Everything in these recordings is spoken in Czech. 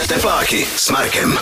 Tepláky s Markem.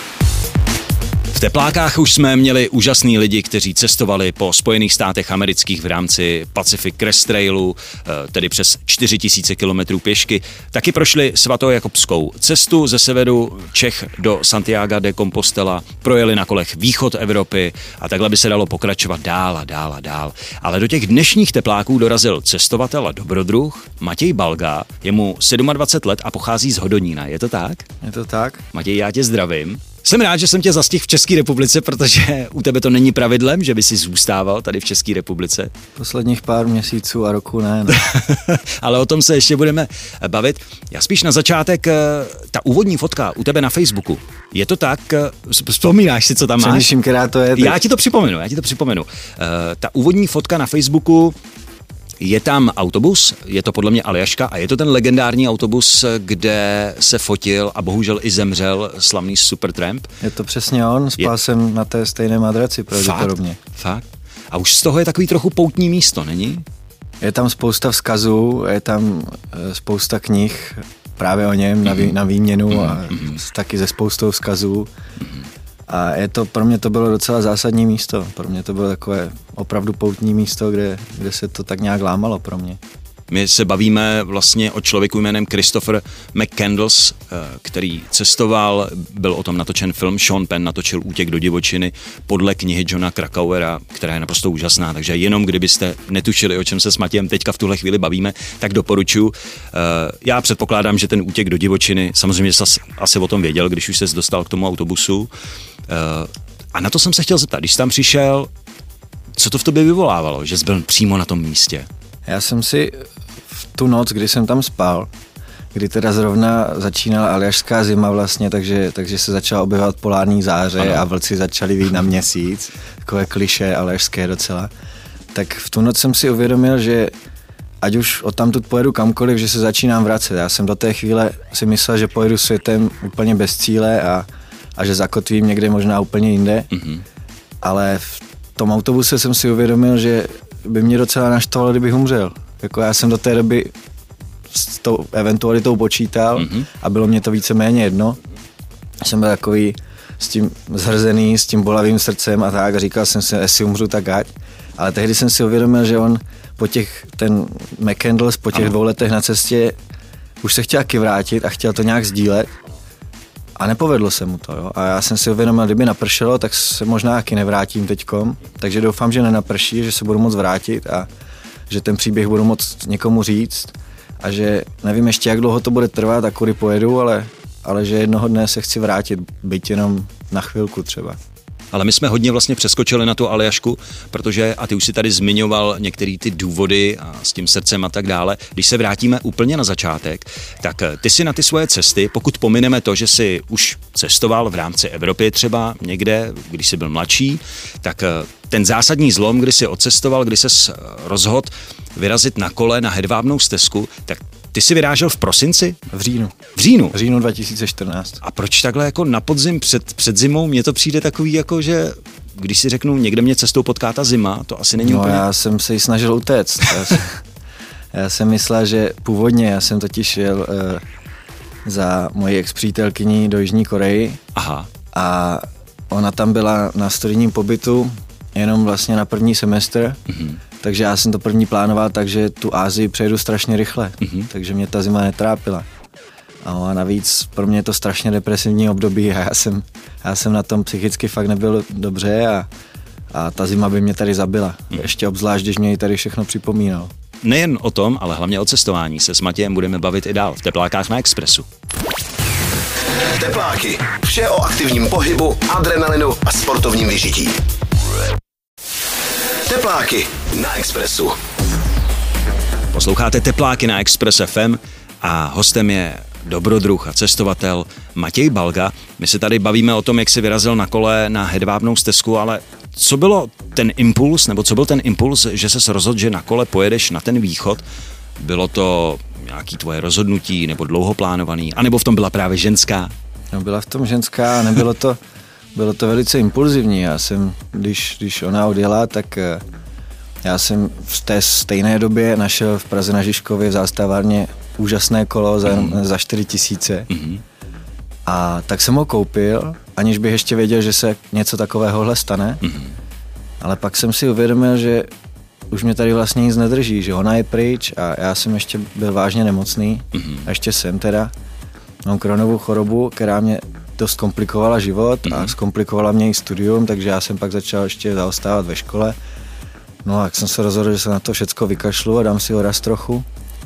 V Teplákách už jsme měli úžasný lidi, kteří cestovali po Spojených státech amerických v rámci Pacific Crest Trailu, tedy přes 4000 kilometrů pěšky. Taky prošli svatojakobskou cestu ze severu Čech do Santiago de Compostela, projeli na kolech východ Evropy a takhle by se dalo pokračovat dál a dál a dál. Ale do těch dnešních Tepláků dorazil cestovatel a dobrodruh Matěj Balga, je mu 27 let a pochází z Hodonína. Je to tak? Je to tak. Matěj, já tě zdravím. Jsem rád, že jsem tě zastihl v České republice, protože u tebe to není pravidlem, že by si zůstával tady v České republice. Posledních pár měsíců a roku ne. Ale o tom se ještě budeme bavit. Já spíš na začátek, ta úvodní fotka u tebe na Facebooku. Je to tak, vzpomínáš si, co tam máš? Přemýšlím, která to je. Teď. Já ti to připomenu. Ta úvodní fotka na Facebooku, je tam autobus, je to podle mě Aljaška a je to ten legendární autobus, kde se fotil a bohužel i zemřel slavný Supertramp. Je to přesně on, spal jsem na té stejné madraci pravděpodobně. Fakt? A už z toho je takový trochu poutní místo, není? Je tam spousta vzkazů, je tam spousta knih právě o něm na výměnu a taky ze spoustou vzkazů. A pro mě to bylo docela zásadní místo. Pro mě to bylo takové opravdu poutní místo, kde se to tak nějak lámalo pro mě. My se bavíme vlastně o člověku jménem Christopher McCandless, který cestoval, byl o tom natočen film, Sean Penn natočil Útěk do divočiny podle knihy Johna Krakauera, která je naprosto úžasná, takže jenom kdybyste netušili, o čem se s Matějem teďka v tuhle chvíli bavíme, tak doporučuji. Já předpokládám, že ten Útěk do divočiny, samozřejmě jsi asi o tom věděl, když už ses dostal k tomu autobusu. A na to jsem se chtěl zeptat, když jsi tam přišel, co to v tobě vyvolávalo, že jsi byl přímo na tom místě? Já jsem si v tu noc, kdy jsem tam spal, kdy teda zrovna začínala aljašská zima vlastně, takže se začala objevovat polární záře a vlci začali vyjít na měsíc, takové klišé aljašské docela, tak v tu noc jsem si uvědomil, že ať už odtamtud pojedu kamkoliv, že se začínám vracet. Já jsem do té chvíle si myslel, že pojedu světem úplně bez cíle a že zakotvím někde možná úplně jinde, ale v tom autobuse jsem si uvědomil, že by mě docela naštvalo, kdybych umřel. Jako já jsem do té doby s tou eventualitou počítal a bylo mě to víceméně jedno. Jsem byl takový s tím zhrzený, s tím bolavým srdcem a tak a říkal jsem si, jestli umřu, tak ať. Ale tehdy jsem si uvědomil, že ten McCandless po těch 2 letech na cestě už se chtěl taky vrátit a chtěl to nějak sdílet. A nepovedlo se mu to, jo. A já jsem si uvědomil, kdyby napršelo, tak se možná taky nevrátím teďkom. Takže doufám, že nenaprší, že se budu moct vrátit a že ten příběh budu moct někomu říct. A že nevím ještě, jak dlouho to bude trvat a kudy pojedu, ale že jednoho dne se chci vrátit, byť jenom na chvilku třeba. Ale my jsme hodně vlastně přeskočili na tu Aljašku, protože, a ty už si tady zmiňoval některé ty důvody a s tím srdcem a tak dále, když se vrátíme úplně na začátek, tak ty si na ty svoje cesty, pokud pomineme to, že jsi už cestoval v rámci Evropy třeba někde, když jsi byl mladší, tak ten zásadní zlom, kdy jsi odcestoval, kdy jsi rozhodl vyrazit na kole na hedvábnou stezku, tak ty jsi vyrážel v prosinci? V říjnu. V říjnu? V říjnu 2014. A proč takhle jako na podzim před zimou? Mně to přijde takový jako, že když si řeknu, někde mě cestou potká ta zima, to asi není úplně... Já jsem se jí snažil utéct. Já jsem myslel, že původně, já jsem totiž jel za moji ex-přítelkyní do Jižní Koreji. Aha. A ona tam byla na studijním pobytu jenom vlastně na první semestr. Takže já jsem to první plánoval, takže tu Asii přejdu strašně rychle, takže mě ta zima netrápila. A navíc pro mě je to strašně depresivní období a já jsem na tom psychicky fakt nebyl dobře a ta zima by mě tady zabila. Ještě obzvlášť, když mě ji tady všechno připomínalo. Nejen o tom, ale hlavně o cestování se s Matějem budeme bavit i dál v Teplákách na Expressu. Tepláky. Vše o aktivním pohybu, adrenalinu a sportovním vyžití. Tepláky na Expressu. Posloucháte Tepláky na Express FM a hostem je dobrodruh a cestovatel Matěj Balga. My se tady bavíme o tom, jak si vyrazil na kole na hedvábnou stezku, ale co byl ten impuls, že ses rozhodl, že na kole pojedeš na ten východ? Bylo to nějaký tvoje rozhodnutí nebo dlouho plánovaný, anebo v tom byla právě ženská? No, byla v tom ženská a bylo to velice impulzivní. Já jsem, když ona odjela, tak já jsem v té stejné době našel v Praze na Žižkově v zástavárně úžasné kolo za 4 000. A tak jsem ho koupil, aniž bych ještě věděl, že se něco takovéhohle stane. Ale pak jsem si uvědomil, že už mě tady vlastně nic nedrží, že ona je pryč a já jsem ještě byl vážně nemocný. A ještě jsem teda. Mám Crohnovou chorobu, která mě dost komplikovala život a zkomplikovala mě i studium, takže já jsem pak začal ještě zaostávat ve škole. No a jak jsem se rozhodl, že se na to všecko vykašlu a dám si horaz trochu.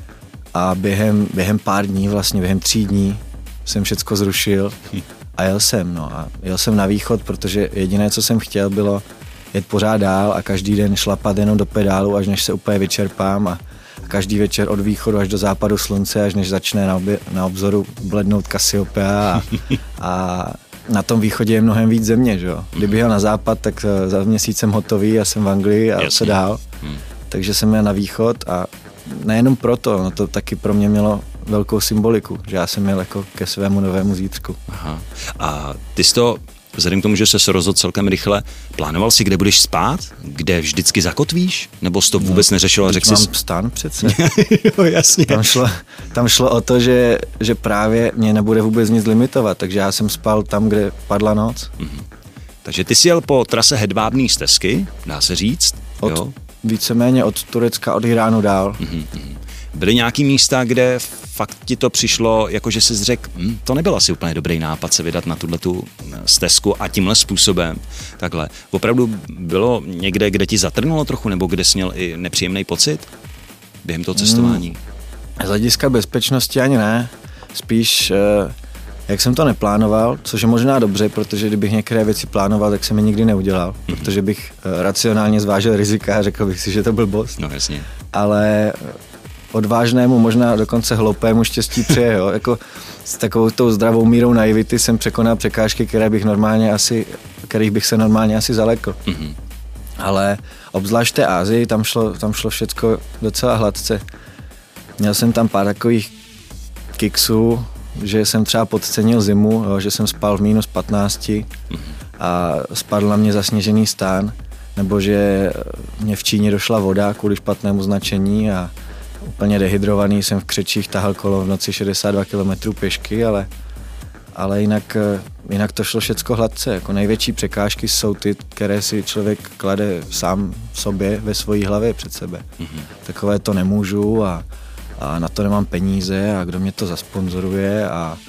A během pár dní, vlastně během 3 dní jsem všecko zrušil a jel jsem. No a jel jsem na východ, protože jediné, co jsem chtěl, bylo jet pořád dál a každý den šlapat jenom do pedálu, až než se úplně vyčerpám a každý večer od východu až do západu slunce, až než začne na obzoru blednout Cassiopeia a na tom východě je mnohem víc země, že jo. Kdyby jel na západ, tak za měsíc jsem hotový a jsem v Anglii a co dál. Takže jsem jel na východ a nejenom proto, no to taky pro mě mělo velkou symboliku, že já jsem jel jako ke svému novému zítřku. Aha. A ty jsi to, vzhledem k tomu, že se rozhodl celkem rychle, plánoval si, kde budeš spát? Kde vždycky zakotvíš? Nebo jsi to vůbec neřešil a řekl jsi... Mám stan přece. Jo, jasně. Tam šlo o to, že právě mě nebude vůbec nic limitovat, takže já jsem spal tam, kde padla noc. Takže ty jsi jel po trase hedvábné stezky, dá se říct? Víceméně od Turecka, od Iránu dál. Byly nějaký místa, kde fakt ti to přišlo, jakože jsi řekl, to nebyl asi úplně dobrý nápad se vydat na tuhletu stezku a tímhle způsobem. Takhle. Opravdu bylo někde, kde ti zatrnulo trochu, nebo kde jsi měl i nepříjemný pocit během toho cestování? Z hlediska bezpečnosti ani ne. Spíš, jak jsem to neplánoval, což je možná dobře, protože kdybych některé věci plánoval, tak jsem je nikdy neudělal, protože bych racionálně zvážil rizika a řekl bych si, že to byl boss. No jasně. Ale odvážnému, možná dokonce hloupému štěstí přeje, jo. Jako s takovou tou zdravou mírou naivity jsem překonal překážky, kterých bych se normálně asi zalekl. Ale obzvlášť té Asii, tam šlo všecko docela hladce. Měl jsem tam pár takových kiksů, že jsem třeba podcenil zimu, jo, že jsem spal v -15 a spadl na mě zasněžený stán, nebo že mě v Číně došla voda kvůli špatnému značení a úplně dehydrovaný jsem v křečích tahal kolo v noci 62 km pěšky, ale jinak to šlo všecko hladce. Jako největší překážky jsou ty, které si člověk klade sám sobě ve svojí hlavě před sebe. Takové to nemůžu a na to nemám peníze a kdo mě to zasponzoruje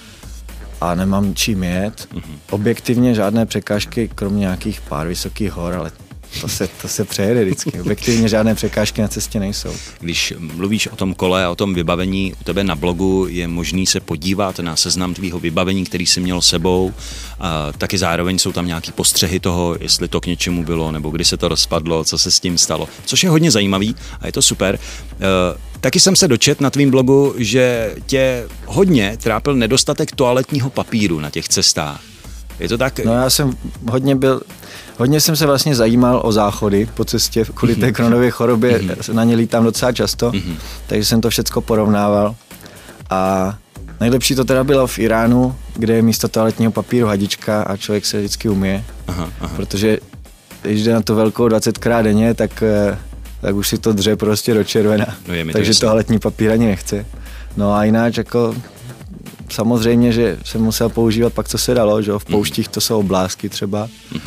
a nemám čím jet. Objektivně žádné překážky, kromě nějakých pár vysokých hor, ale to se přejede vždycky. Objektivně žádné překážky na cestě nejsou. Když mluvíš o tom kole a o tom vybavení, u tebe na blogu je možný se podívat na seznam tvýho vybavení, který jsi měl sebou. Taky zároveň jsou tam nějaký postřehy toho, jestli to k něčemu bylo, nebo kdy se to rozpadlo, co se s tím stalo. Což je hodně zajímavý a je to super. Taky jsem se dočet na tvým blogu, že tě hodně trápil nedostatek toaletního papíru na těch cestách. Je to tak? No já jsem hodně jsem se vlastně zajímal o záchody po cestě, kvůli té Crohnově chorobě na ně lítám docela často, takže jsem to všecko porovnával. A nejlepší to teda bylo v Iránu, kde je místo toaletního papíru hadička a člověk se vždycky umyje, protože když jde na to velkou 20krát denně, tak už si to dře prostě do červena, takže toaletní papír ani nechce. No a jináč jako samozřejmě, že jsem musel používat pak, co se dalo, že v pouštích to jsou oblásky třeba.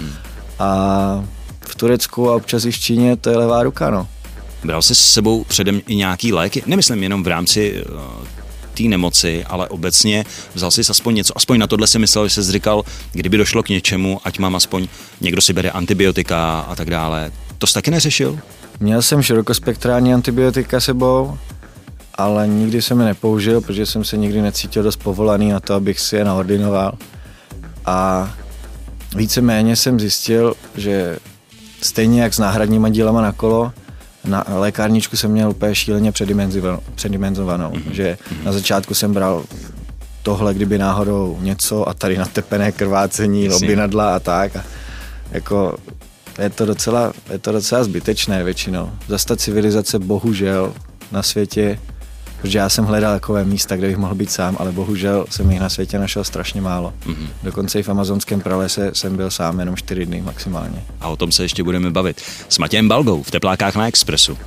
A v Turecku a občas i v Číně to je levá ruka, no. Bral jsi s sebou předem i nějaký léky? Nemyslím jenom v rámci té nemoci, ale obecně vzal jsi aspoň něco, aspoň na tohle si myslel, že jsi říkal, kdyby došlo k něčemu, ať mám aspoň, někdo si bere antibiotika a tak dále. To jsi taky neřešil? Měl jsem širokospektrální antibiotika sebou, ale nikdy jsem je nepoužil, protože jsem se nikdy necítil dost povolaný na to, abych si je naordinoval. A víceméně jsem zjistil, že stejně jak s náhradníma dílama na kolo, na lékárničku jsem měl úplně šíleně předimenzovanou. Že na začátku jsem bral tohle, kdyby náhodou něco a tady natepené krvácení, obinadla a tak. A jako je to docela zbytečné většinou. Zasta civilizace bohužel na světě, protože já jsem hledal takové místa, kde bych mohl být sám, ale bohužel jsem jich na světě našel strašně málo. Dokonce i v amazonském pralese jsem byl sám jenom 4 dny maximálně. A o tom se ještě budeme bavit s Matějem Balgou v Teplákách na Expressu.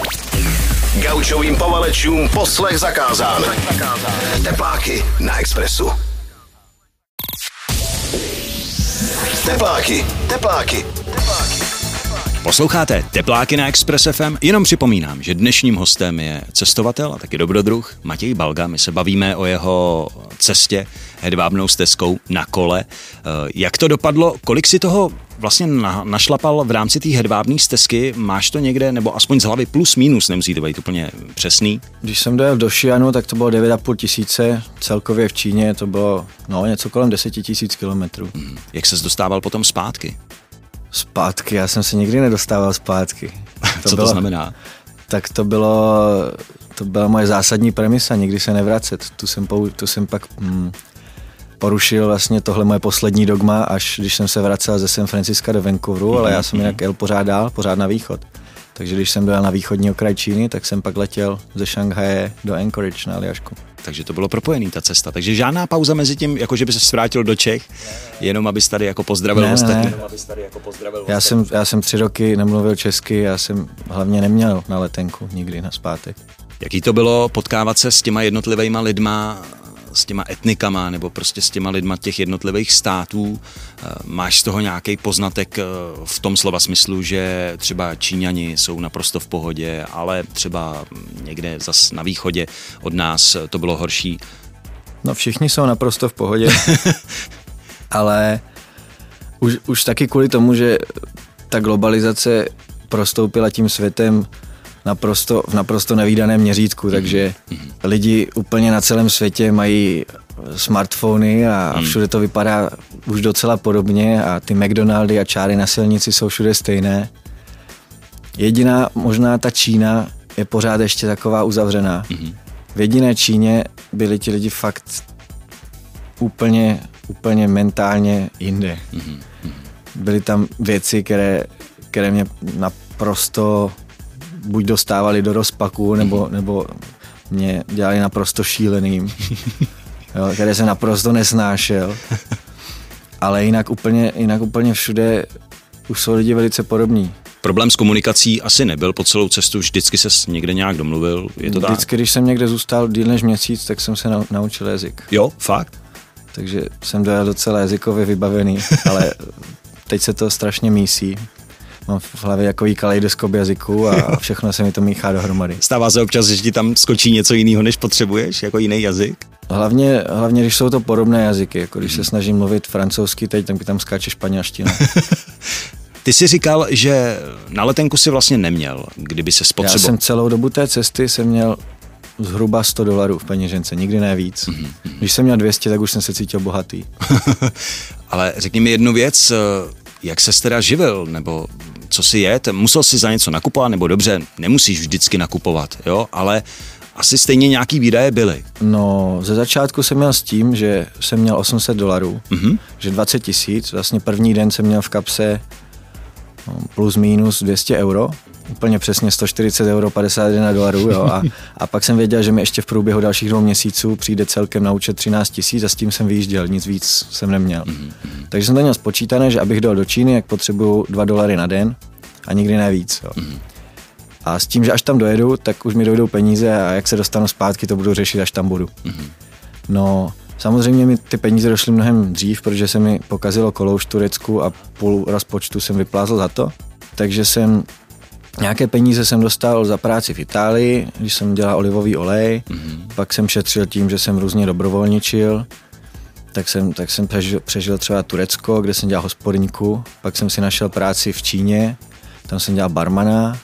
Gaučovým povalečům poslech zakázán. Tepláky na Expressu. Tepláky. Posloucháte Tepláky na Express FM. Jenom připomínám, že dnešním hostem je cestovatel a taky dobrodruh Matěj Balga. My se bavíme o jeho cestě hedvábnou stezkou na kole. Jak to dopadlo? Kolik si toho vlastně našlapal v rámci té hedvábné stezky? Máš to někde, nebo aspoň z hlavy plus minus, nemusí to být úplně přesný? Když jsem dojel do Xi'anu, tak to bylo 9,5 tisíce, celkově v Číně to bylo něco kolem 10 tisíc kilometrů. Jak ses dostával potom zpátky? Zpátky, já jsem se nikdy nedostával zpátky. Co to znamená? Tak to byla moje zásadní premisa, nikdy se nevracet. Tu jsem pak porušil vlastně tohle moje poslední dogma, až když jsem se vracel ze San Francisca do Vancouveru, ale já jsem jinak jel pořád na východ. Takže když jsem dojel na východní okraj Číny, tak jsem pak letěl ze Šanghaje do Anchorage na Aljašku. Takže to bylo propojený ta cesta. Takže žádná pauza mezi tím, jako že by se vrátil do Čech, jenom abys tady jako pozdravil ostatní. Já jsem 3 roky nemluvil česky, já jsem hlavně neměl na letenku nikdy nazpátek. Jaký to bylo potkávat se s těma jednotlivejma lidma, s těma etnikama, nebo prostě s těma lidma těch jednotlivých států? Máš z toho nějaký poznatek v tom slova smyslu, že třeba Číňani jsou naprosto v pohodě, ale třeba někde zas na východě od nás to bylo horší? No všichni jsou naprosto v pohodě, ale už taky kvůli tomu, že ta globalizace prostoupila tím světem v naprosto nevídaném měřítku, takže lidi úplně na celém světě mají smartfony a všude to vypadá už docela podobně a ty McDonaldy a čáry na silnici jsou všude stejné. Jediná možná ta Čína je pořád ještě taková uzavřená. V jediné Číně byli ti lidi fakt úplně mentálně jinde. Byly tam věci, které mě naprosto buď dostávali do rozpaku, nebo mě dělali naprosto šíleným, které jsem naprosto nesnášel. Ale jinak úplně všude už jsou lidi velice podobní. Problém s komunikací asi nebyl po celou cestu, vždycky ses někde nějak domluvil, je to tak? Vždycky, když jsem někde zůstal díl než měsíc, tak jsem se naučil jazyk. Jo, fakt? Takže jsem dojel docela jazykově vybavený, ale teď se to strašně mísí. Mám v hlavě takový kaleidoskop jazyků a všechno se mi to míchá dohromady. Stává se občas, že ti tam skočí něco jiného, než potřebuješ, jako jiný jazyk? Hlavně, když jsou to podobné jazyky, jako když se snažím mluvit francouzsky, teď tam skáče španělština. Ty jsi říkal, že na letenku si vlastně neměl, kdyby se spotřeboval. Já jsem celou dobu té cesty měl zhruba $100 v peněžence, nikdy ne víc. Když jsem měl 200, tak už jsem se cítil bohatý. Ale řekni mi jednu věc, jak ses teda živil, nebo co si jet? Musel jsi za něco nakupovat, nebo dobře, nemusíš vždycky nakupovat, jo, ale asi stejně nějaký výdaje byly. No, ze začátku jsem měl s tím, že jsem měl $800, že 20 000, vlastně první den jsem měl v kapse plus minus 200 euro, úplně přesně 140 euro, $51, jo, a pak jsem věděl, že mi ještě v průběhu dalších 2 měsíců přijde celkem na účet 13 000 a s tím jsem vyjížděl, nic víc jsem neměl. Takže jsem to měl spočítané, že abych dojel do Číny, jak potřebuju $2 na den a nikdy ne víc. Jo. A s tím, že až tam dojedu, tak už mi dojdou peníze a jak se dostanu zpátky, to budu řešit, až tam budu. No, samozřejmě mi ty peníze došly mnohem dřív, protože se mi pokazilo kolo už v Turecku a půl rozpočtu jsem vyplázl za to. Takže nějaké peníze jsem dostal za práci v Itálii, když jsem dělal olivový olej, pak jsem šetřil tím, že jsem různě dobrovolničil, tak jsem přežil třeba Turecko, kde jsem dělal hospodyňku, pak jsem si našel práci v Číně, tam jsem dělal barmana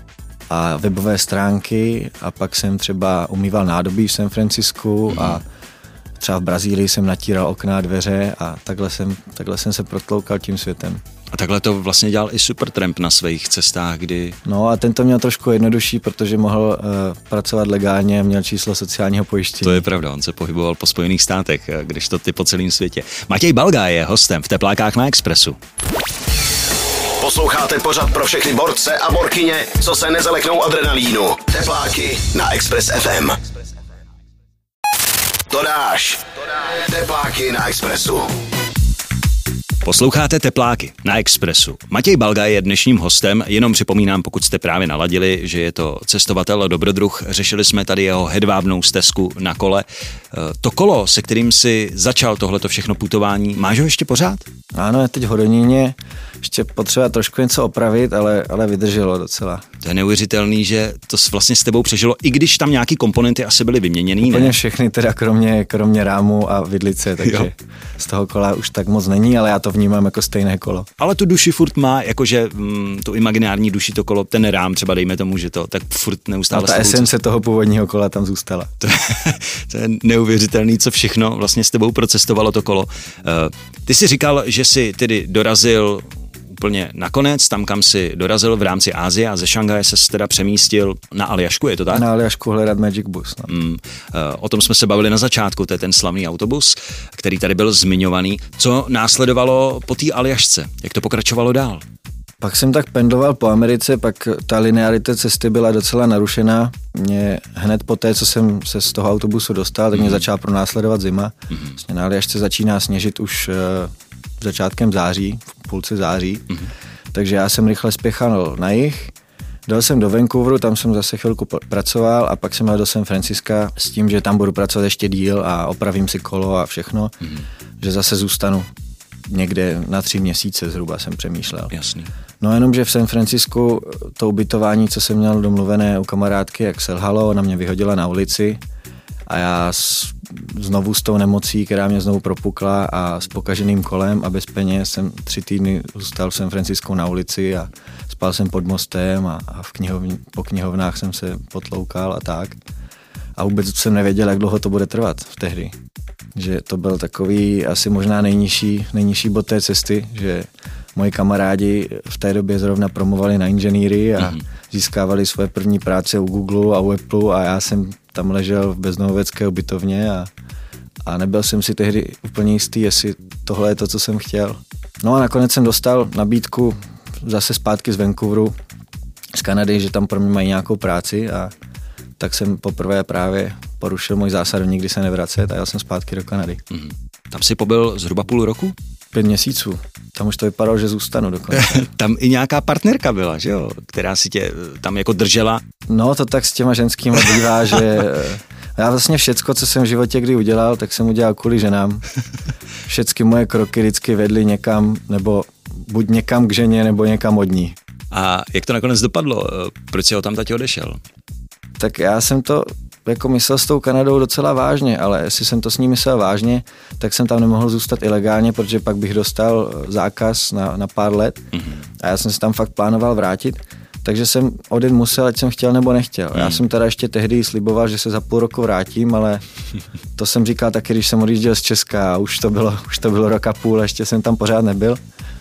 a webové stránky a pak jsem třeba umýval nádobí v San Francisku a třeba v Brazílii jsem natíral okna a dveře a takhle jsem se protloukal tím světem. A takhle to vlastně dělal i Supertramp na svých cestách, kdy... No a ten to měl trošku jednodušší, protože mohl pracovat legálně a měl číslo sociálního pojištění. To je pravda, on se pohyboval po Spojených státech, kdežto ty po celém světě. Matěj Balga je hostem v Teplákách na Expressu. Posloucháte pořad pro všechny borce a borkyně, co se nezaleknou adrenalínu. Tepláky na Express FM. To dáš. Tepláky na Expressu. Posloucháte Tepláky na Expressu. Matěj Balga je dnešním hostem, jenom připomínám, pokud jste právě naladili, že je to cestovatel a dobrodruh. Řešili jsme tady jeho hedvábnou stezku na kole. To kolo, se kterým si začal tohleto všechno putování, máš ho ještě pořád? Ano, je teď v Hodoníně, ještě potřeba trošku něco opravit, ale vydrželo docela. To je neuvěřitelný, že to vlastně s tebou přežilo, i když tam nějaký komponenty asi byly vyměněný, úplně všechny teda kromě rámu a vidlice, takže z toho kola už tak moc není, ale já to vnímám jako stejné kolo. Ale tu duši furt má, jakože tu imaginární duši to kolo, ten rám třeba dejme tomu, že to tak furt neustále. A ta esence toho původního kola tam zůstala. To je neuvěřitelný, co všechno vlastně s tebou procestovalo to kolo. Ty jsi říkal, že jsi tedy dorazil úplně nakonec, tam, kam si dorazil v rámci Asie a ze Šanghaje se teda přemístil na Aljašku, je to tak? Na Aljašku hledat Magic Bus. No. O tom jsme se bavili na začátku, to je ten slavný autobus, který tady byl zmiňovaný. Co následovalo po té Aljašce? Jak to pokračovalo dál? Pak jsem tak pendloval po Americe, pak ta linearita cesty byla docela narušená. Mě hned po té, co jsem se z toho autobusu dostal, tak mě začala pronásledovat zima. Vlastně na Aljašce začíná sněžit už začátkem září, v půlce září. Takže já jsem rychle spěchal na jih. Dal jsem do Vancouveru, tam jsem zase chvilku pracoval a pak jsem jel do San Francisca s tím, že tam budu pracovat ještě díl a opravím si kolo a všechno, že zase zůstanu někde na 3 měsíce zhruba jsem přemýšlel. Jasný. No jenom, že v San Francisku to ubytování, co jsem měl domluvené u kamarádky, jak selhalo, ona mě vyhodila na ulici a já znovu s tou nemocí, která mě znovu propukla a s pokaženým kolem a bez peněz jsem 3 týdny zůstal v San Francisku na ulici a spal jsem pod mostem a po knihovnách jsem se potloukal a tak. A vůbec jsem nevěděl, jak dlouho to bude trvat v tehdy. Že to byl takový asi možná nejnižší bod té cesty, že moji kamarádi v té době zrovna promovali na inženýry a získávali svoje první práce u Google a u Apple a já jsem tam ležel v bezdomovecké ubytovně a nebyl jsem si tehdy úplně jistý, jestli tohle je to, co jsem chtěl. No a nakonec jsem dostal nabídku zase zpátky z Vancouveru, z Kanady, že tam pro mě mají nějakou práci a tak jsem poprvé právě porušil můj zásadu nikdy se nevracet a jel jsem zpátky do Kanady. Tam si pobyl zhruba půl roku? 5 měsíců. Tam už to vypadalo, že zůstanu dokonce. Tam i nějaká partnerka byla, že jo? Která si tě tam jako držela. No to tak s těma ženskýma bývá, že já vlastně všecko, co jsem v životě kdy udělal, tak jsem udělal kvůli ženám. Všechny moje kroky vždycky vedly někam, nebo buď někam k ženě, nebo někam od ní. A jak to nakonec dopadlo? Proč jsi ho tam tati odešel? Tak já jsem to jako myslel s tou Kanadou docela vážně, ale jestli jsem to s ní myslel vážně, tak jsem tam nemohl zůstat ilegálně, protože pak bych dostal zákaz na pár let a já jsem se tam fakt plánoval vrátit, takže jsem odejít musel, ať jsem chtěl nebo nechtěl. Já jsem teda ještě tehdy sliboval, že se za půl roku vrátím, ale to jsem říkal taky, když jsem odjížděl z Česka a už to bylo rok a půl, ještě jsem tam pořád nebyl.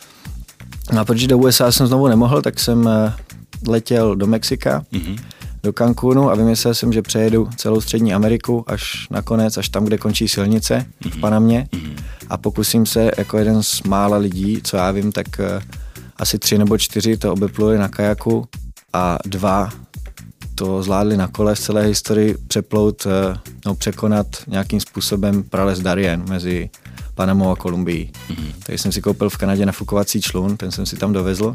No a protože do USA jsem znovu nemohl, tak jsem letěl do Mexika, do Cancúnu a vymyslel jsem, že přejedu celou Střední Ameriku až nakonec, až tam, kde končí silnice v Panamě a pokusím se jako jeden z mála lidí, co já vím, tak asi 3 nebo 4 to obepluli na kajaku a 2 to zvládli na kole v celé historii překonat nějakým způsobem prales Darien mezi Panamou a Kolumbií. Takže jsem si koupil v Kanadě nafukovací člun, ten jsem si tam dovezl.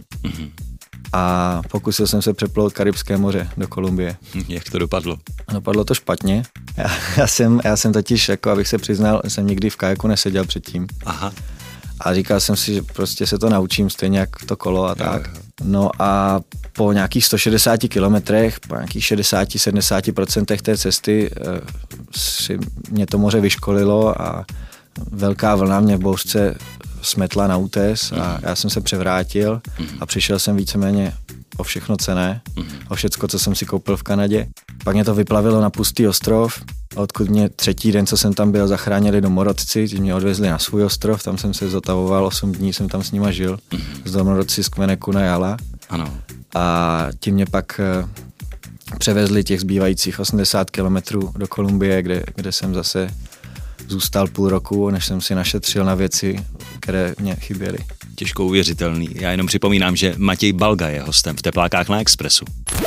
A pokusil jsem se přeplout Karibské moře do Kolumbie. Jak to dopadlo? Dopadlo to špatně. Já jsem totiž, jako abych se přiznal, jsem nikdy v kajaku neseděl předtím. Aha. A říkal jsem si, že prostě se to naučím stejně jak to kolo a tak. No a po nějakých 160 kilometrech, po nějakých 60-70% té cesty si mě to moře vyškolilo a velká vlna mě v bouřce smetla na útes a já jsem se převrátil a přišel jsem víceméně o všechno cenné, o všecko, co jsem si koupil v Kanadě. Pak mě to vyplavilo na pustý ostrov, odkud mě 3. den, co jsem tam byl, zachránili domorodci, ti mě odvezli na svůj ostrov, tam jsem se zotavoval, 8 dní jsem tam s nima žil, s domorodci z kmene Kunajala. Ano. A ti mě pak převezli těch zbývajících 80 kilometrů do Kolumbie, kde jsem zase zůstal půl roku, než jsem si našetřil na věci, které mě chyběly. Těžko uvěřitelný. Já jenom připomínám, že Matěj Balga je hostem v Teplákách na Expressu.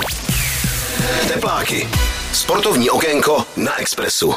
Tepláky. Sportovní okénko na Expressu.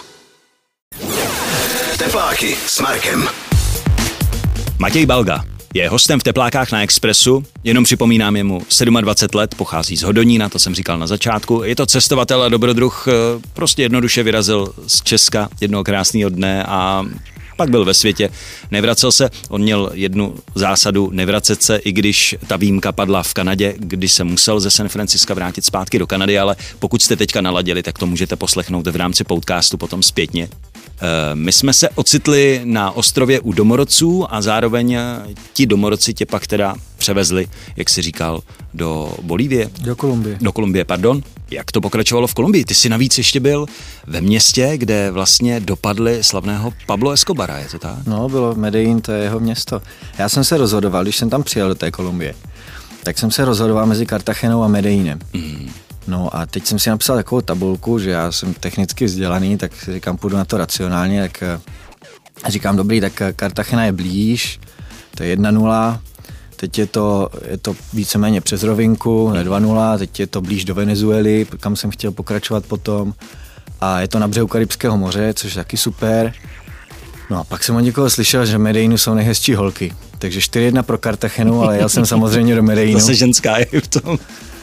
Tepláky s Markem. Matěj Balga je hostem v Teplákách na Expressu, jenom připomínám, je mu 27 let, pochází z Hodonína, to jsem říkal na začátku. Je to cestovatel a dobrodruh, prostě jednoduše vyrazil z Česka jednoho krásného dne a Pak byl ve světě, nevracel se, on měl jednu zásadu nevracet se, i když ta výjimka padla v Kanadě, kdy se musel ze San Francisca vrátit zpátky do Kanady, ale pokud jste teďka naladili, tak to můžete poslechnout v rámci podcastu potom zpětně. My jsme se ocitli na ostrově u domorodců a zároveň ti domorodci tě pak teda převezli, jak jsi říkal, do Bolívie. Do Kolumbie, pardon. Jak to pokračovalo v Kolumbii? Ty jsi navíc ještě byl ve městě, kde vlastně dopadli slavného Pablo Escobara, je to tak? No, bylo Medellín, to je jeho město. Já jsem se rozhodoval, když jsem tam přijel do té Kolumbie, tak jsem se rozhodoval mezi Cartagenou a Medellínem. No a teď jsem si napsal takovou tabulku, že já jsem technicky vzdělaný, tak si říkám, půjdu na to racionálně, tak říkám, dobrý, tak Cartagena je blíž, to je 1-0, teď je to víceméně přes rovinku, 2-0, teď je to blíž do Venezuely, kam jsem chtěl pokračovat potom a je to na břehu Karibského moře, což je taky super. No a pak jsem od někoho slyšel, že v Medellínu jsou nejhezčí holky, takže 4-1 pro Cartagenu, ale jel jsem samozřejmě do Medellínu. Zase ženská je v tom.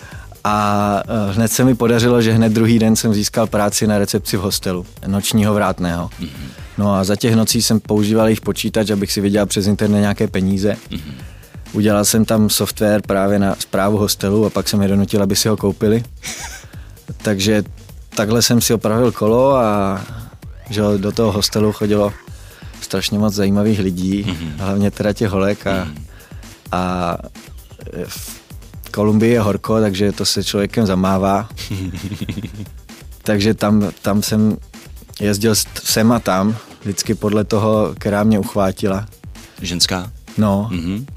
A hned se mi podařilo, že hned druhý den jsem získal práci na recepci v hostelu, nočního vrátného. No a za těch nocí jsem používal jejich počítač, abych si vydělal přes internet nějaké peníze. Udělal jsem tam software právě na správu hostelu a pak jsem je donutil, aby si ho koupili. Takže takhle jsem si opravil kolo a že do toho hostelu chodilo strašně moc zajímavých lidí, hlavně teda těch holek a v Kolumbii je horko, takže to se člověkem zamává. Takže tam jsem jezdil sem a tam, vždycky podle toho, která mě uchvátila. Ženská? No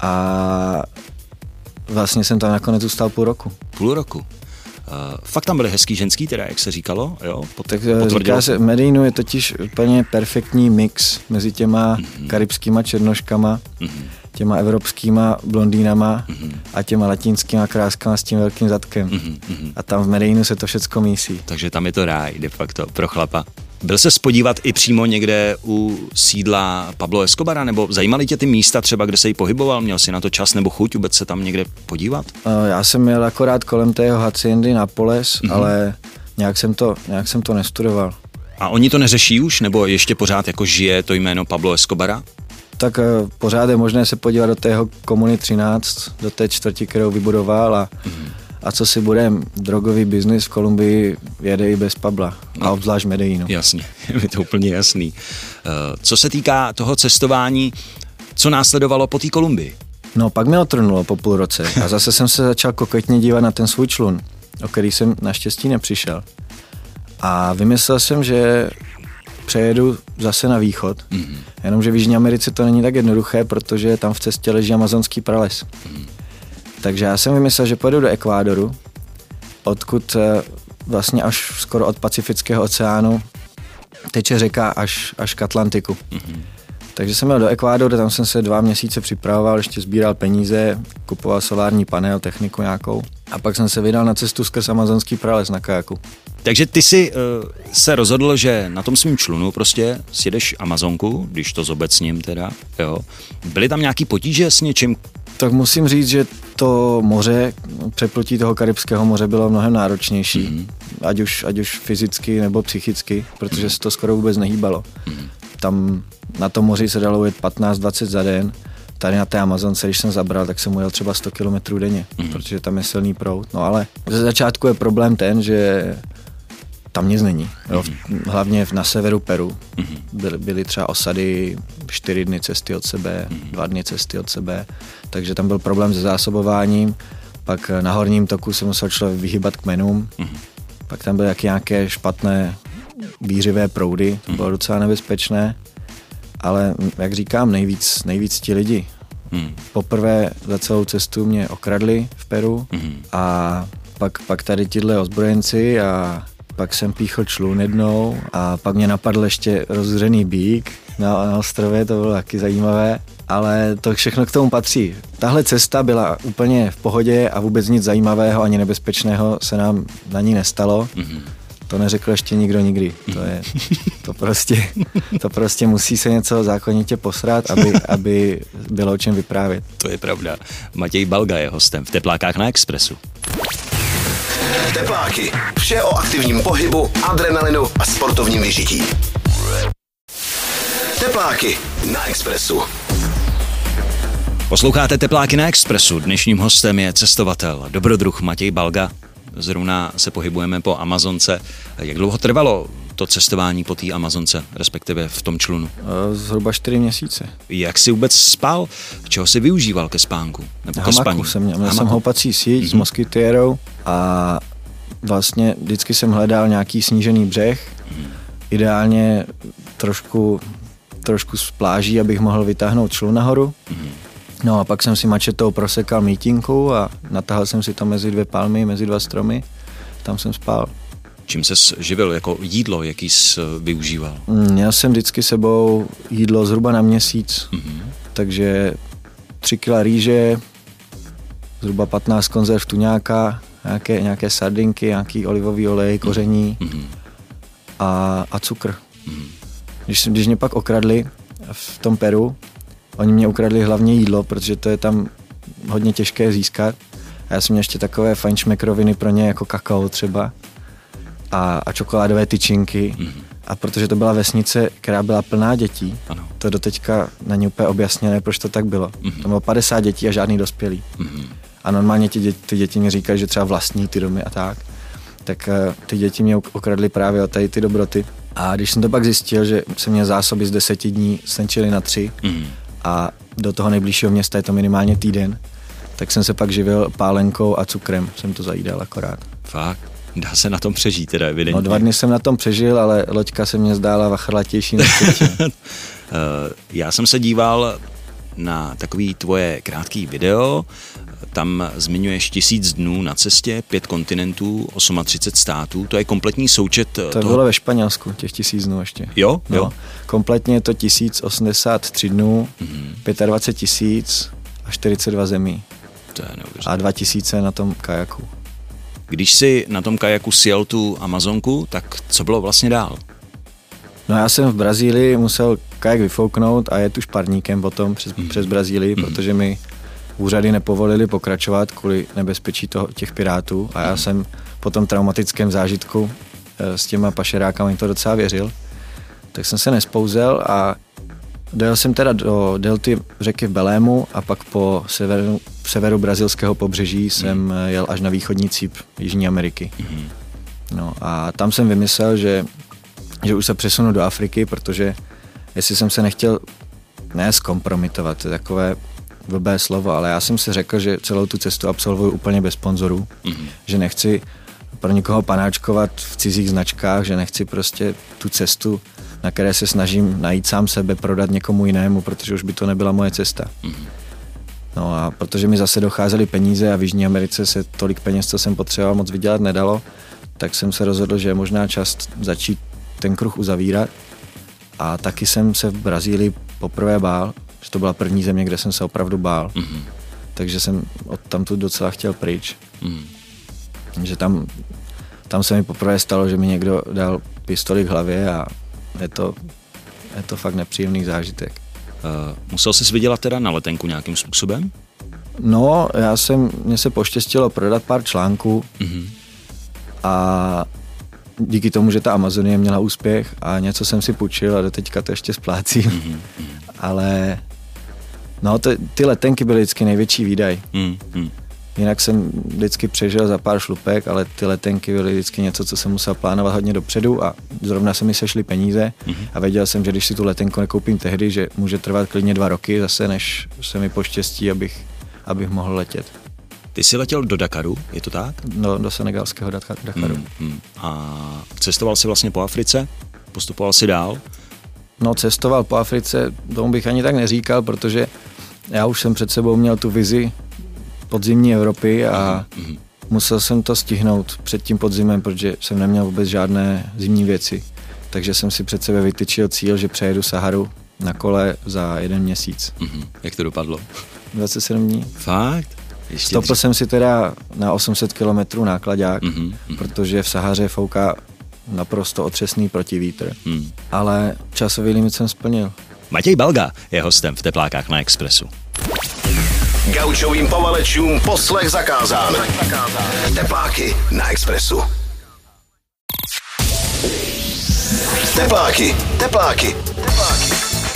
a vlastně jsem tam nakonec zůstal půl roku. Půl roku? Fakt tam byly hezký ženský, teda, jak se říkalo? Jo? Tak říká se, Medellínu je totiž úplně perfektní mix mezi těma karibskýma černoškama, těma evropskýma blondýnama a těma latinskýma kráskama s tím velkým zadkem. A tam v Medellínu se to všecko mísí. Takže tam je to ráj de facto pro chlapa. Byl se spodívat i přímo někde u sídla Pablo Escobara, nebo zajímaly tě ty místa třeba, kde se jí pohyboval? Měl jsi na to čas nebo chuť vůbec se tam někde podívat? Já jsem měl akorát kolem té jeho haciendy Nápoles, ale nějak jsem to nestudoval. A oni to neřeší už, nebo ještě pořád jako žije to jméno Pablo Escobara? Tak pořád je možné se podívat do tého komuny 13, do té čtvrti, kterou vybudoval a co si budem, drogový biznis v Kolumbii jede i bez Pabla, a obzvlášť Medellínu. Jasně, je to úplně jasný. Co se týká toho cestování, co následovalo po té Kolumbii? No pak mi otrnulo po půl roce a zase jsem se začal koketně dívat na ten svůj člun, o který jsem naštěstí nepřišel. A vymyslel jsem, že přejedu zase na východ, jenomže v Jižní Americe to není tak jednoduché, protože tam v cestě leží amazonský prales. Takže já jsem vymyslel, že pojedu do Ekvádoru, odkud vlastně až skoro od Pacifického oceánu teče řeka až k Atlantiku. Takže jsem jel do Ekvádoru, tam jsem se 2 měsíce připravoval, ještě sbíral peníze, kupoval solární panel, techniku nějakou a pak jsem se vydal na cestu skrz amazonský prales na kajaku. Takže ty jsi se rozhodl, že na tom svým člunu prostě sjedeš Amazonku, když to zobecním teda, jo. Byly tam nějaký potíže s něčím? Tak musím říct, že to moře, přeplutí toho Karibského moře bylo mnohem náročnější, ať už fyzicky nebo psychicky, protože se to skoro vůbec nehýbalo. Tam na tom moři se dalo jet 15-20 za den, tady na té Amazonce, když jsem zabral, tak jsem ujel třeba 100 km denně, protože tam je silný proud. No ale ze začátku je problém ten, že tam nic není. Jo, hlavně na severu Peru byly třeba osady 4 dny cesty od sebe, 2 dny cesty od sebe, takže tam byl problém se zásobováním. Pak na horním toku se musel člověk vyhýbat kmenům, pak tam byly nějaké špatné výřivé proudy, to bylo docela nebezpečné, ale jak říkám, nejvíc ti lidi. Poprvé za celou cestu mě okradli v Peru a pak tady tihle ozbrojenci a pak jsem píchl člun jednou a pak mě napadl ještě rozřený býk na ostrově, to bylo taky zajímavé, ale to všechno k tomu patří. Tahle cesta byla úplně v pohodě a vůbec nic zajímavého ani nebezpečného se nám na ní nestalo. To neřekl ještě nikdo nikdy. To prostě musí se něco zákonitě posrat, aby bylo o čem vyprávět. To je pravda. Matěj Balga je hostem v Teplákách na Expressu. Tepláky. Vše o aktivním pohybu, adrenalinu a sportovním vyžití. Tepláky na Expressu. Posloucháte Tepláky na Expressu. Dnešním hostem je cestovatel, dobrodruh Matěj Balga. Zrovna se pohybujeme po Amazonce. Jak dlouho trvalo to cestování po té Amazonce, respektive v tom člunu? Zhruba 4 měsíce. Jak jsi vůbec spal? Čeho jsi využíval ke spánku? Nebo ke spaní? Měl jsem houpací síť s moskytiérou a vlastně vždycky jsem hledal nějaký snížený břeh, ideálně trošku z pláží, abych mohl vytáhnout člun nahoru. No a pak jsem si mačetou prosekal mítinku a natáhl jsem si to mezi 2 palmy, mezi 2 stromy. Tam jsem spal. Čím ses živil jako jídlo, jaký jsi využíval? Měl jsem vždycky sebou jídlo zhruba na měsíc, takže 3 kila rýže, zhruba 15 konzerv tuňáka, nějaké sardinky, nějaký olivový olej, koření a cukr. Když mě pak okradli v tom Peru, oni mě ukradli hlavně jídlo, protože to je tam hodně těžké získat. A já jsem měl ještě takové fajnšmekroviny pro ně, jako kakao třeba a čokoládové tyčinky. A protože to byla vesnice, která byla plná dětí, ano. To doteďka není úplně objasněné, proč to tak bylo. Tam bylo 50 dětí a žádný dospělý. A normálně ty děti mi říkají, že třeba vlastní ty domy a tak. Tak ty děti mě okradly právě o tady ty dobroty. A když jsem to pak zjistil, že se mě zásoby z 10 dní stenčily na 3 a do toho nejbližšího města je to minimálně týden, tak jsem se pak živil pálenkou a cukrem. Jsem to zajídal akorát. Fakt? Dá se na tom přežít teda evidentně. No 2 dny jsem na tom přežil, ale loďka se mě zdála vachrlatější než předtím. Já jsem se díval na takový tvoje krátký video, tam zmiňuješ 1000 dnů na cestě, 5 kontinentů, 38 států, to je kompletní součet To bylo ve Španělsku, těch 1000 dnů ještě. Jo? No, kompletně je to 1083 dnů, 25 000 a 42 zemí. To je neuvěřitelné. A 2000 na tom kajaku. Když jsi na tom kajaku sjel tu Amazonku, tak co bylo vlastně dál? No já jsem v Brazílii musel kajak vyfouknout a jet už parníkem potom přes Brazílii, protože mi úřady nepovolili pokračovat kvůli nebezpečí těch pirátů a já jsem po tom traumatickém zážitku s těma pašerákami to docela věřil. Tak jsem se nespouzel a dojel jsem teda do delty řeky v Belému a pak po severu brazilského pobřeží jsem jel až na východní cíp Jižní Ameriky. No a tam jsem vymyslel, že už se přesunu do Afriky, protože jestli jsem se nechtěl zkompromitovat, to je takové blbé slovo, ale já jsem si řekl, že celou tu cestu absolvuju úplně bez sponzorů, že nechci pro nikoho panáčkovat v cizích značkách, že nechci prostě tu cestu, na které se snažím najít sám sebe, prodat někomu jinému, protože už by to nebyla moje cesta. No a protože mi zase docházely peníze a v Jižní Americe se tolik peněz, co jsem potřeboval, moc vydělat nedalo, tak jsem se rozhodl, že je možná čas začít ten kruh uzavírat. A taky jsem se v Brazílii poprvé bál, že to byla první země, kde jsem se opravdu bál. Takže jsem odtamtud docela chtěl pryč. Že tam se mi poprvé stalo, že mi někdo dal pistoli k hlavě a je to fakt nepříjemný zážitek. Musel jsi vydělat teda na letenku nějakým způsobem? No, mně se poštěstilo prodat pár článků a díky tomu, že ta Amazonie měla úspěch a něco jsem si půjčil a doteďka to ještě splácím. Ale no, ty letenky byly vždycky největší výdaj. Jinak jsem vždycky přežil za pár šlupek, ale ty letenky byly vždycky něco, co jsem musel plánovat hodně dopředu a zrovna se mi sešly peníze a věděl jsem, že když si tu letenku nekoupím tehdy, že může trvat klidně 2 roky zase, než se mi poštěstí, abych mohl letět. Ty jsi letěl do Dakaru, je to tak? No, do senegalského Dakaru. A cestoval jsi vlastně po Africe? Postupoval jsi dál? No, cestoval po Africe, tomu bych ani tak neříkal, protože já už jsem před sebou měl tu vizi podzimní Evropy a musel jsem to stihnout před tím podzimem, protože jsem neměl vůbec žádné zimní věci. Takže jsem si před sebe vytyčil cíl, že přejedu Saharu na kole za 1 měsíc. Jak to dopadlo? 27 dní. Fakt? Stopl jsem si teda na 800 kilometrů náklaďák, protože v Sahaře fouká naprosto otřesný protivítr. Ale časový limit jsem splnil. Matěj Balga je hostem v Teplákách na Expressu. Gaučovým povalečům poslech zakázán. Tepláky na Expressu. Tepláky.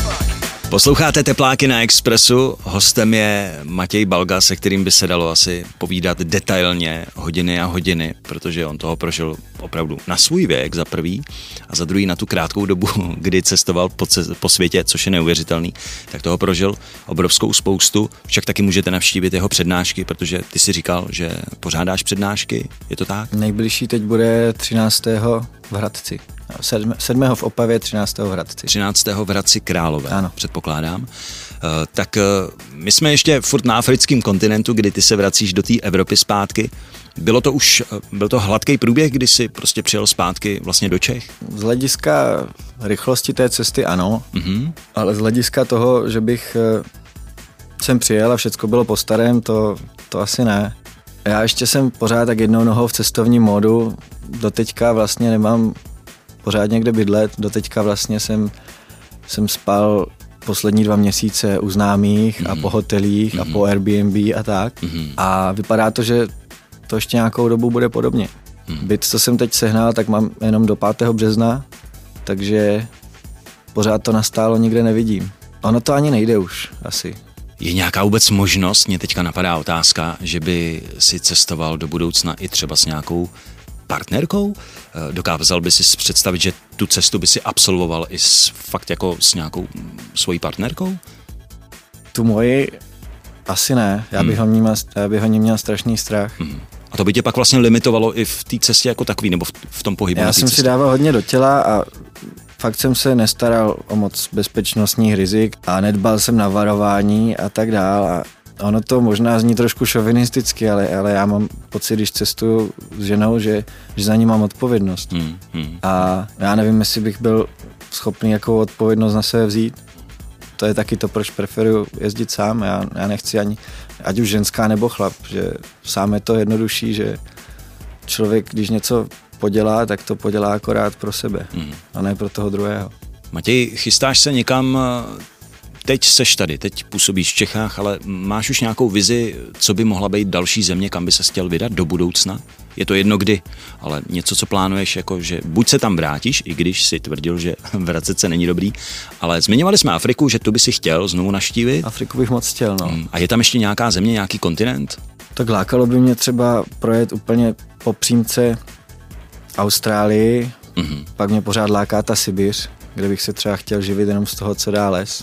Posloucháte Tepláky na Expressu, hostem je Matěj Balga, se kterým by se dalo asi povídat detailně hodiny a hodiny, protože on toho prožil opravdu na svůj věk za prvý a za druhý na tu krátkou dobu, kdy cestoval po světě, což je neuvěřitelný, tak toho prožil obrovskou spoustu, však taky můžete navštívit jeho přednášky, protože ty si říkal, že pořádáš přednášky, je to tak? Nejbližší teď bude 13. v Hradci. 7. v Opavě, 13. v Hradci. 13. v Hradci Králové, ano. Předpokládám. Tak my jsme ještě furt na africkém kontinentu, kdy ty se vracíš do té Evropy zpátky. Byl to hladký průběh, kdy jsi prostě přijel zpátky vlastně do Čech? Z hlediska rychlosti té cesty ano, ale z hlediska toho, že bych sem přijel a všecko bylo po starém, to asi ne. Já ještě jsem pořád tak jednou nohou v cestovním módu, doteďka vlastně nemám pořád někde bydlet, doteďka vlastně jsem spal poslední 2 měsíce u známých a po hotelích a po Airbnb a tak. A vypadá to, že to ještě nějakou dobu bude podobně. Byt, co jsem teď sehnal, tak mám jenom do 5. března, takže pořád to nastálo nikde nevidím. Ono to ani nejde už asi. Je nějaká vůbec možnost, mě teďka napadá otázka, že by si cestoval do budoucna i třeba s nějakou partnerkou? Dokázal by si představit, že tu cestu by si absolvoval i fakt jako s nějakou svojí partnerkou? Tu moji asi ne. Já bych o ní měl strašný strach. A to by tě pak vlastně limitovalo i v té cestě jako takový, nebo v tom pohybu? Já jsem si dával hodně do těla a fakt jsem se nestaral o moc bezpečnostních rizik a nedbal jsem na varování a tak dál. A ono to možná zní trošku šovinisticky, ale já mám pocit, když cestuju s ženou, že za ní mám odpovědnost. A já nevím, jestli bych byl schopný jakou odpovědnost na sebe vzít. To je taky to, proč preferuju jezdit sám. Já nechci ani, ať už ženská nebo chlap, že sám je to jednodušší, že člověk, když něco podělá, tak to podělá akorát pro sebe a ne pro toho druhého. Matěj, chystáš se někam, teď seš tady, teď působíš v Čechách, ale máš už nějakou vizi, co by mohla být další země, kam by se chtěl vydat do budoucna? Je to jedno kdy, ale něco, co plánuješ, jako že buď se tam vrátíš, i když si tvrdil, že vracet se není dobrý, ale zmiňovali jsme Afriku, že tu by si chtěl znovu navštívit. Afriku bych moc chtěl, no. A je tam ještě nějaká země, nějaký kontinent? Tak lákalo by mě třeba projet úplně po přímce Austrálii, pak mě pořád láká ta Sibiř, kde bych se třeba chtěl živit jenom z toho, co dá les.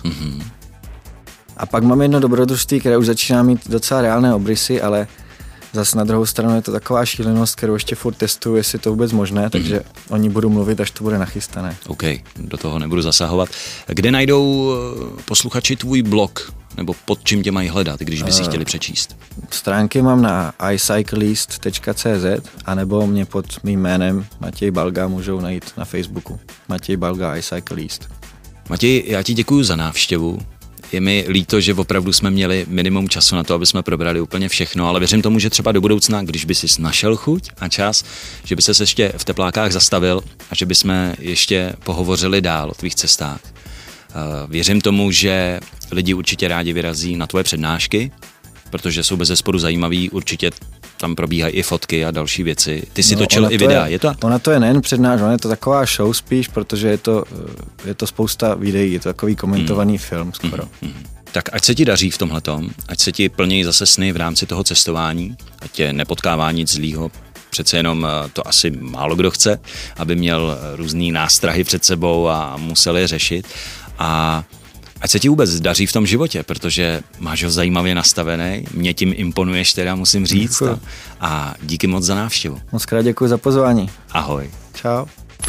A pak mám jedno dobrodružství, které už začíná mít docela reálné obrysy, ale zase na druhou stranu je to taková šílenost, kterou ještě furt testuju, jestli to vůbec možné, takže o ní budu mluvit, až to bude nachystané. OK, do toho nebudu zasahovat. Kde najdou posluchači tvůj blog? Nebo pod čím tě mají hledat, když by si chtěli přečíst? Stránky mám na icyclist.cz anebo mě pod mým jménem Matěj Balga můžou najít na Facebooku. Matěj Balga iCyclist. Matěj, já ti děkuju za návštěvu. Je mi líto, že opravdu jsme měli minimum času na to, aby jsme probrali úplně všechno, ale věřím tomu, že třeba do budoucna, když by si našel chuť a čas, že by ses ještě v Teplákách zastavil a že by jsme ještě pohovořili dál o tvých cestách. Věřím tomu, že lidi určitě rádi vyrazí na tvoje přednášky, protože jsou bezesporu zajímavý, určitě tam probíhají i fotky a další věci. Ty si točil i videa, je to? Ona to je nejen přednáška, ona je to taková show spíš, protože je to spousta videí, je to takový komentovaný film skoro. Tak ať se ti daří v tomhletom, ať se ti plní zase sny v rámci toho cestování, ať tě nepotkává nic zlýho. Přece jenom to asi málo kdo chce, aby měl různý nástrahy před sebou a musel je řešit. A ať se ti vůbec daří v tom životě, protože máš ho zajímavě nastavený, mě tím imponuješ teda, musím říct. A díky moc za návštěvu. Moc krát děkuji za pozvání. Ahoj. Čau.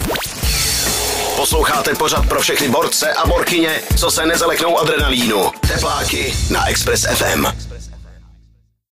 Posloucháte pořad pro všechny borce a borkyně, co se nezaleknou adrenalínu. Tepláky na Express FM.